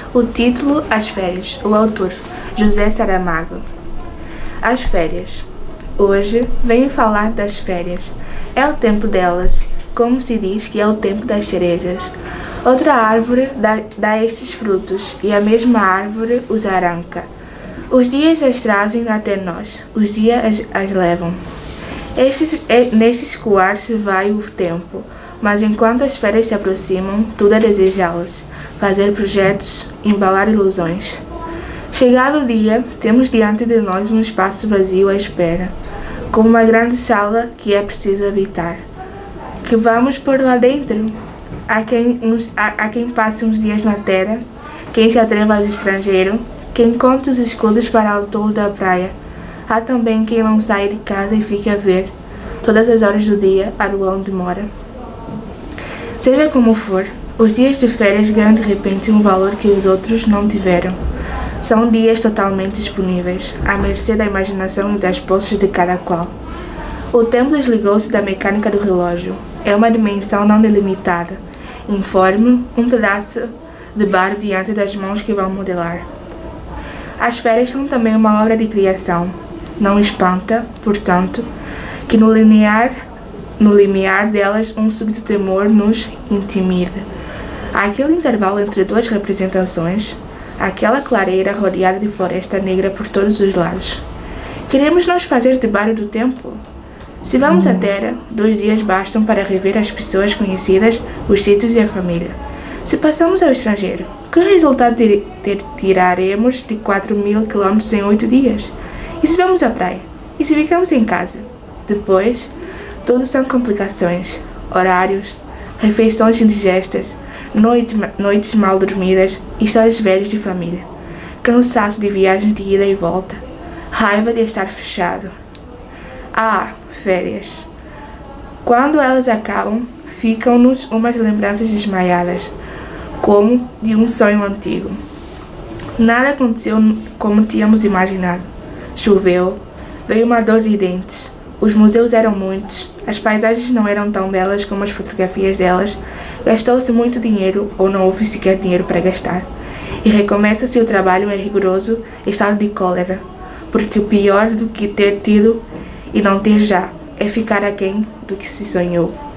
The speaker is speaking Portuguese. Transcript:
O título: As Férias. O autor: José Saramago. As férias. Hoje venho falar das férias. É o tempo delas, como se diz que é o tempo das cerejas. Outra árvore dá estes frutos, e a mesma árvore os arranca. Os dias as trazem até nós, os dias as levam. Neste escoar se vai o tempo, mas enquanto as férias se aproximam, tudo é desejá-las, fazer projetos, embalar ilusões. Chegado o dia, temos diante de nós um espaço vazio à espera, como uma grande sala que é preciso habitar. Que vamos por lá dentro? Há quem passe uns dias na terra, quem se atreva ao estrangeiro, quem conta os escudos para o tolo da praia. Há também quem não sai de casa e fica a ver, todas as horas do dia, a rua onde mora. Seja como for, os dias de férias ganham de repente um valor que os outros não tiveram. São dias totalmente disponíveis, à mercê da imaginação e das posses de cada qual. O tempo desligou-se da mecânica do relógio. É uma dimensão não delimitada, informe, um pedaço de barro diante das mãos que vão modelar. As férias são também uma obra de criação. Não espanta, portanto, que no limiar delas um súbito temor nos intimida. Aquele intervalo entre duas representações, aquela clareira rodeada de floresta negra por todos os lados. Queremos nos fazer de barro do tempo? Se vamos à terra, 2 dias bastam para rever as pessoas conhecidas, os sítios e a família. Se passamos ao estrangeiro, que resultado tiraremos de 4.000 quilômetros em 8 dias? E se vamos à praia? E se ficamos em casa? Depois, tudo são complicações, horários, refeições indigestas, noites mal dormidas, histórias velhas de família, cansaço de viagens de ida e volta, raiva de estar fechado. Ah, férias! Quando elas acabam, ficam-nos umas lembranças desmaiadas, como de um sonho antigo. Nada aconteceu como tínhamos imaginado. Choveu, veio uma dor de dentes, os museus eram muitos, as paisagens não eram tão belas como as fotografias delas, gastou-se muito dinheiro ou não houve sequer dinheiro para gastar. E recomeça-se o trabalho em rigoroso estado de cólera, porque o pior do que ter tido e não ter já é ficar aquém do que se sonhou.